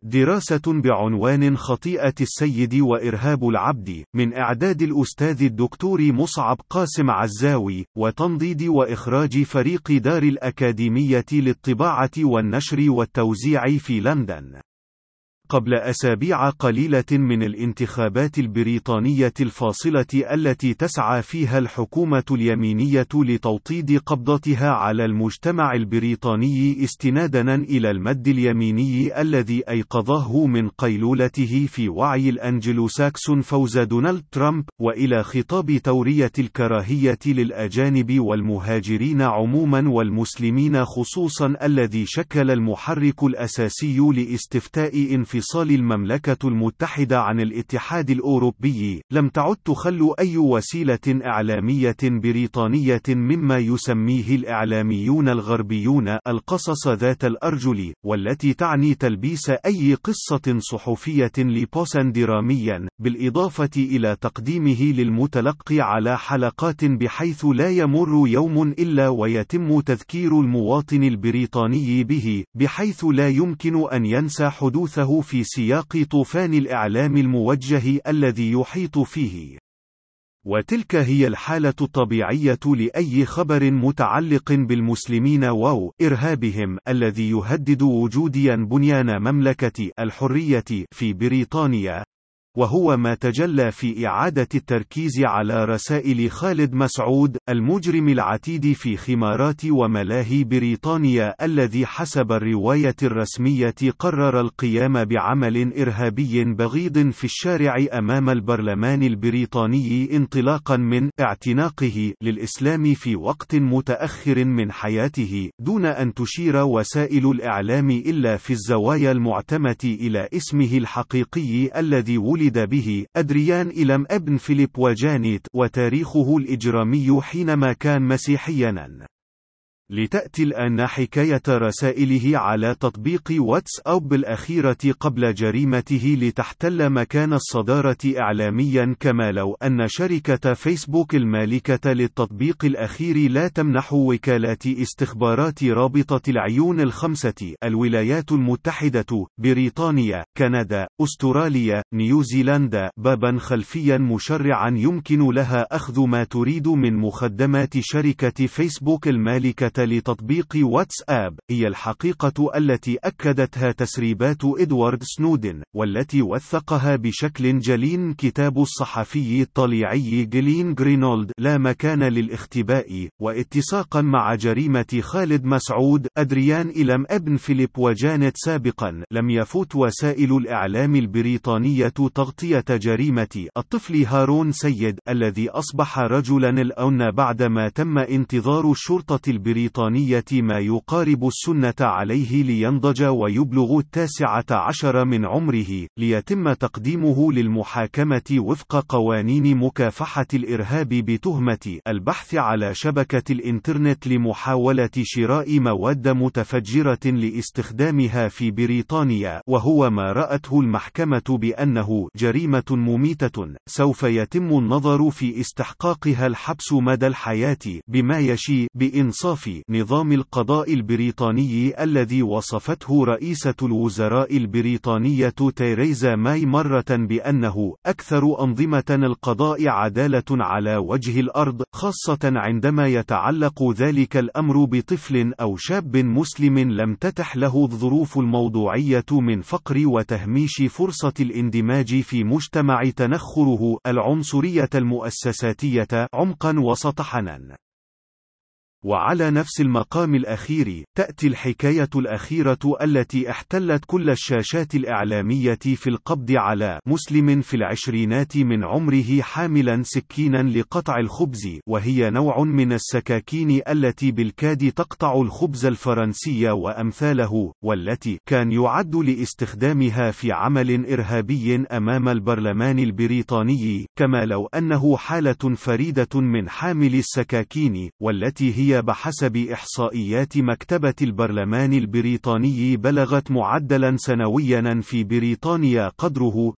دراسة بعنوان خطيئة السيد وإرهاب العبد، من إعداد الأستاذ الدكتور مصعب قاسم عزاوي، وتنضيد وإخراج فريق دار الأكاديمية للطباعة والنشر والتوزيع في لندن. قبل أسابيع قليلة من الانتخابات البريطانية الفاصلة التي تسعى فيها الحكومة اليمينية لتوطيد قبضتها على المجتمع البريطاني استنادًا إلى المد اليميني الذي أيقظه من قيلولته في وعي الأنجلوساكسون فوز دونالد ترامب، وإلى خطاب تورية الكراهية للأجانب والمهاجرين عمومًا والمسلمين خصوصًا الذي شكل المحرك الأساسي لاستفتاء انفصال المملكة المتحدة عن الاتحاد الأوروبي، لم تعد تخل أي وسيلة إعلامية بريطانية مما يسميه الإعلاميون الغربيون القصص ذات الأرجل، والتي تعني تلبيس أي قصة صحفية لبوسا دراميا، بالإضافة إلى تقديمه للمتلقي على حلقات بحيث لا يمر يوم إلا ويتم تذكير المواطن البريطاني به، بحيث لا يمكن أن ينسى حدوثه في سياق طوفان الإعلام الموجه الذي يحيط فيه. وتلك هي الحالة الطبيعية لأي خبر متعلق بالمسلمين إرهابهم الذي يهدد وجوديا بنيان مملكة الحرية في بريطانيا، وهو ما تجلى في إعادة التركيز على رسائل خالد مسعود، المجرم العتيد في خمارات وملاهي بريطانيا الذي حسب الرواية الرسمية قرر القيام بعمل إرهابي بغيض في الشارع أمام البرلمان البريطاني انطلاقا من اعتناقه للإسلام في وقت متأخر من حياته، دون أن تشير وسائل الإعلام إلا في الزوايا المعتمة إلى اسمه الحقيقي الذي ولد به، أدريان إلم ابن فيليب وجانيت، وتاريخه الإجرامي حينما كان مسيحياً. لتأتي الآن حكاية رسائله على تطبيق واتساب الأخيرة قبل جريمته لتحتل مكان الصدارة إعلاميا، كما لو أن شركة فيسبوك المالكة للتطبيق الأخير لا تمنح وكالات استخبارات رابطة العيون الخمسة الولايات المتحدة، بريطانيا، كندا، أستراليا، نيوزيلندا بابا خلفيا مشرعا يمكن لها أخذ ما تريد من مخدمات شركة فيسبوك المالكة لتطبيق واتساب، هي الحقيقة التي أكدتها تسريبات إدوارد سنودن، والتي وثقها بشكل جلي كتاب الصحفي الطليعي جلين جرينولد لا مكان للاختباء، واتساقا مع جريمة خالد مسعود، أدريان إلم ابن فيليب وجانيت سابقا، لم يفوت وسائل الإعلام البريطانية تغطية جريمة الطفل هارون سيد الذي أصبح رجلا الآن بعدما تم انتظار الشرطة البريطانية ما يقارب السنة عليه لينضج ويبلغ 19 من عمره، ليتم تقديمه للمحاكمة وفق قوانين مكافحة الإرهاب بتهمة البحث على شبكة الإنترنت لمحاولة شراء مواد متفجرة لاستخدامها في بريطانيا، وهو ما رأته المحكمة بأنه جريمة مميتة سوف يتم النظر في استحقاقها الحبس مدى الحياة، بما يشي بإنصاف نظام القضاء البريطاني الذي وصفته رئيسة الوزراء البريطانية تيريزا ماي مرة بأنه أكثر أنظمة القضاء عدالة على وجه الأرض، خاصة عندما يتعلق ذلك الأمر بطفل أو شاب مسلم لم تتح له الظروف الموضوعية من فقر وتهميش فرصة الاندماج في مجتمع تنخره العنصرية المؤسساتية عمقا وسطحنا. وعلى نفس المقام الأخير، تأتي الحكاية الأخيرة التي احتلت كل الشاشات الإعلامية في القبض على مسلم في العشرينات من عمره حاملا سكينا لقطع الخبز، وهي نوع من السكاكين التي بالكاد تقطع الخبز الفرنسي وأمثاله، والتي كان يعد لاستخدامها في عمل إرهابي أمام البرلمان البريطاني، كما لو أنه حالة فريدة من حامل السكاكين، والتي هي السكانية بحسب إحصائيات مكتبة البرلمان البريطاني بلغت معدلا سنويا في بريطانيا قدره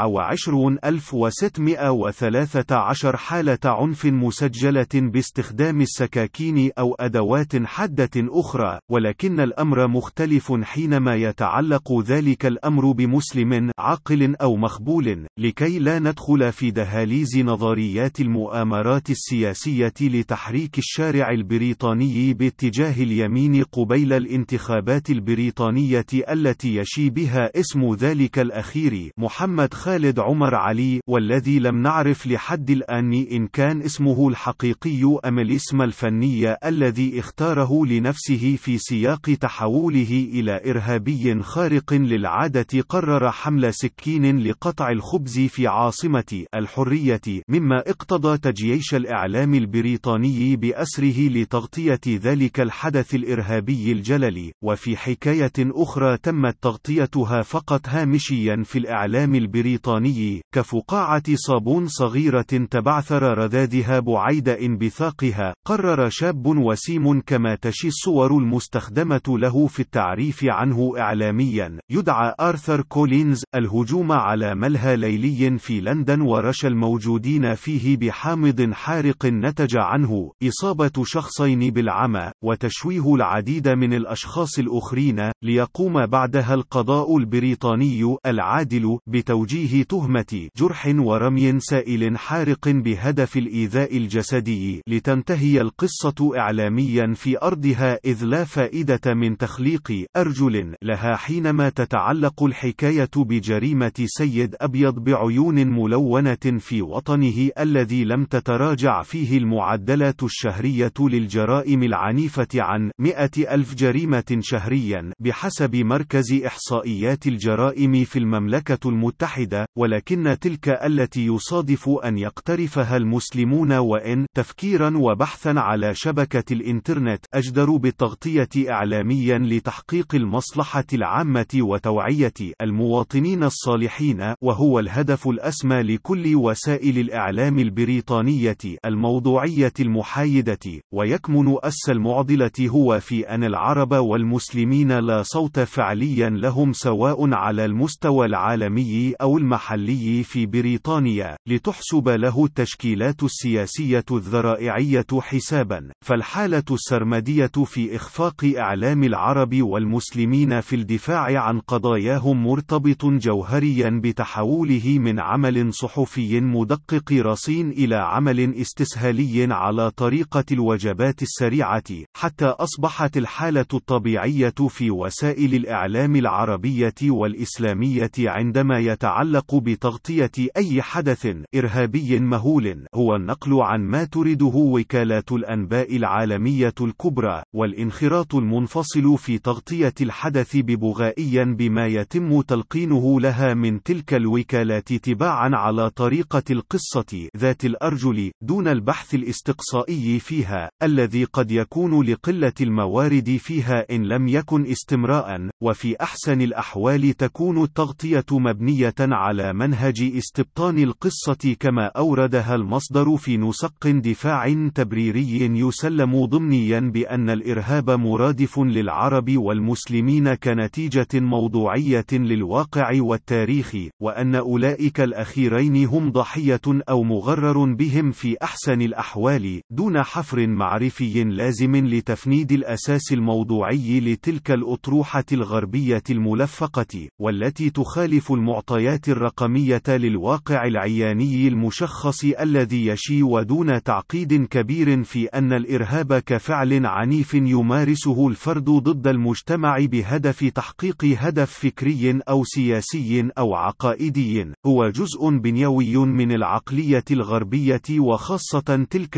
29613 حالة عنف مسجلة باستخدام السكاكين أو أدوات حادة أخرى، ولكن الأمر مختلف حينما يتعلق ذلك الأمر بمسلم عاقل أو مخبول. لكي لا ندخل في دهاليز نظريات المؤامرات السياسية لتحريك الشارع البريطاني باتجاه اليمين قبيل الانتخابات البريطانية التي يشي بها اسم ذلك الأخير محمد خالد عمر علي، والذي لم نعرف لحد الآن إن كان اسمه الحقيقي أم الاسم الفني الذي اختاره لنفسه في سياق تحوله إلى إرهابي خارق للعادة قرر حمل سكين لقطع الخبز في عاصمة الحرية، مما اقتضى تجييش الإعلام البريطاني بأسره لتغطية ذلك الحدث الإرهابي الجلل. وفي حكاية أخرى تمت تغطيتها فقط هامشيا في الإعلام البريطاني كفقاعة صابون صغيرة تبعثر رذاذها بعيد انبثاقها، قرر شاب وسيم كما تشي الصور المستخدمة له في التعريف عنه إعلاميا يدعى آرثر كولينز الهجوم على ملهى ليلي في لندن ورش الموجودين فيه بحامض حارق نتج عنه إصابة شخصين بالعمى وتشويه العديد من الأشخاص الآخرين، ليقوم بعدها القضاء البريطاني العادل بتوجيه تهمة جرح ورمي سائل حارق بهدف الإيذاء الجسدي، لتنتهي القصة إعلاميا في أرضها، إذ لا فائدة من تخليق أرجل لها حينما تتعلق الحكاية بجريمة سيد أبيض بعيون ملونة في وطنه الذي لم تتراجع فيه المعدلات الشهرية للجرائم العنيفة عن 100,000 جريمة شهريا بحسب مركز إحصائيات الجرائم في المملكة المتحدة، ولكن تلك التي يصادف أن يقترفها المسلمون وإن تفكيرا وبحثا على شبكة الإنترنت أجدر بالتغطية إعلاميا لتحقيق المصلحة العامة وتوعية المواطنين الصالحين، وهو الهدف الأسمى لكل وسائل الإعلام البريطانية الموضوعية المحايدة. ويكمن أس المعضلة هو في أن العرب والمسلمين لا صوت فعليا لهم سواء على المستوى العالمي أو المحلي في بريطانيا، لتحسب له التشكيلات السياسية الذرائعية حسابا. فالحالة السرمدية في إخفاق إعلام العرب والمسلمين في الدفاع عن قضاياهم مرتبط جوهريا بتحوله من عمل صحفي مدقق رصين إلى عمل استسهالي على طريقة الوجبات السريعة، حتى أصبحت الحالة الطبيعية في وسائل الإعلام العربية والإسلامية عندما يتعلق بتغطية أي حدث إرهابي مهول هو النقل عن ما تريده وكالات الأنباء العالمية الكبرى، والانخراط المنفصل في تغطية الحدث ببغائيا بما يتم تلقينه لها من تلك الوكالات تباعا على طريقة القصة ذات الأرجل دون البحث الاستقصائي فيها، الذي قد يكون لقلة الموارد فيها إن لم يكن استمراء. وفي أحسن الأحوال تكون التغطية مبنية على منهج استبطان القصة كما أوردها المصدر في نسق دفاع تبريري يسلم ضمنيا بأن الإرهاب مرادف للعرب والمسلمين كنتيجة موضوعية للواقع والتاريخ، وأن أولئك الأخيرين هم ضحية أو مغرر بهم في أحسن الأحوال، دون حفر معرفي لازم لتفنيد الأساس الموضوعي لتلك الأطروحة الغربية الملفقة، والتي تخالف المعطيات الرقمية للواقع العياني المشخص الذي يشي، ودون تعقيد كبير في أن الإرهاب كفعل عنيف يمارسه الفرد ضد المجتمع بهدف تحقيق هدف فكري أو سياسي أو عقائدي، هو جزء بنيوي من العقلية الغربية، وخاصة تلك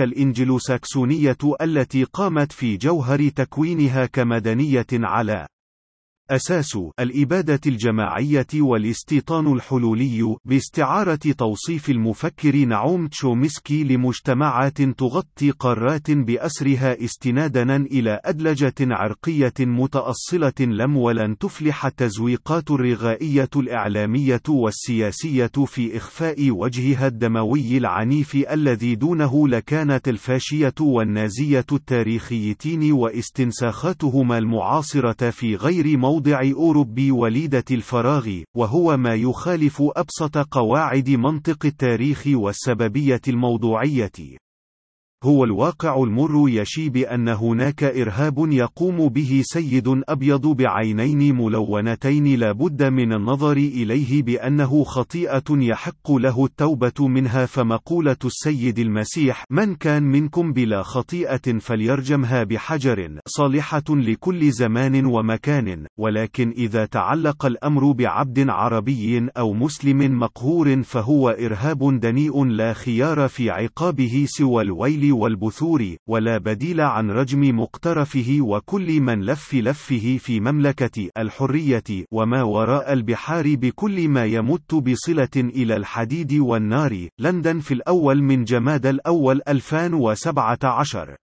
الإنجلوساكسونية التي قامت في جوهر تكوينها كمدنية على أساس الإبادة الجماعية والاستيطان الحلولي، باستعارة توصيف المفكر نعوم تشومسكي لمجتمعات تغطي قارات بأسرها استناداً إلى أدلجة عرقية متأصلة لم ولن تفلح التزويقات الرغائية الإعلامية والسياسية في إخفاء وجهها الدموي العنيف الذي دونه لكانت الفاشية والنازية التاريخيتين واستنساخاتهما المعاصرة في غير موضع أوروبي وليدة الفراغ، وهو ما يخالف أبسط قواعد منطق التاريخ والسببية الموضوعية. هو الواقع المر يشي بأن هناك إرهاب يقوم به سيد أبيض بعينين ملونتين لا بد من النظر إليه بأنه خطيئة يحق له التوبة منها، فمقولة السيد المسيح من كان منكم بلا خطيئة فليرجمها بحجر صالحة لكل زمان ومكان، ولكن إذا تعلق الأمر بعبد عربي أو مسلم مقهور فهو إرهاب دنيء لا خيار في عقابه سوى الويل والبثور، ولا بديل عن رجم مقترفه وكل من لفه في مملكة الحرية وما وراء البحار بكل ما يمت بصلة إلى الحديد والنار. لندن في الأول من جماد الأول 2017.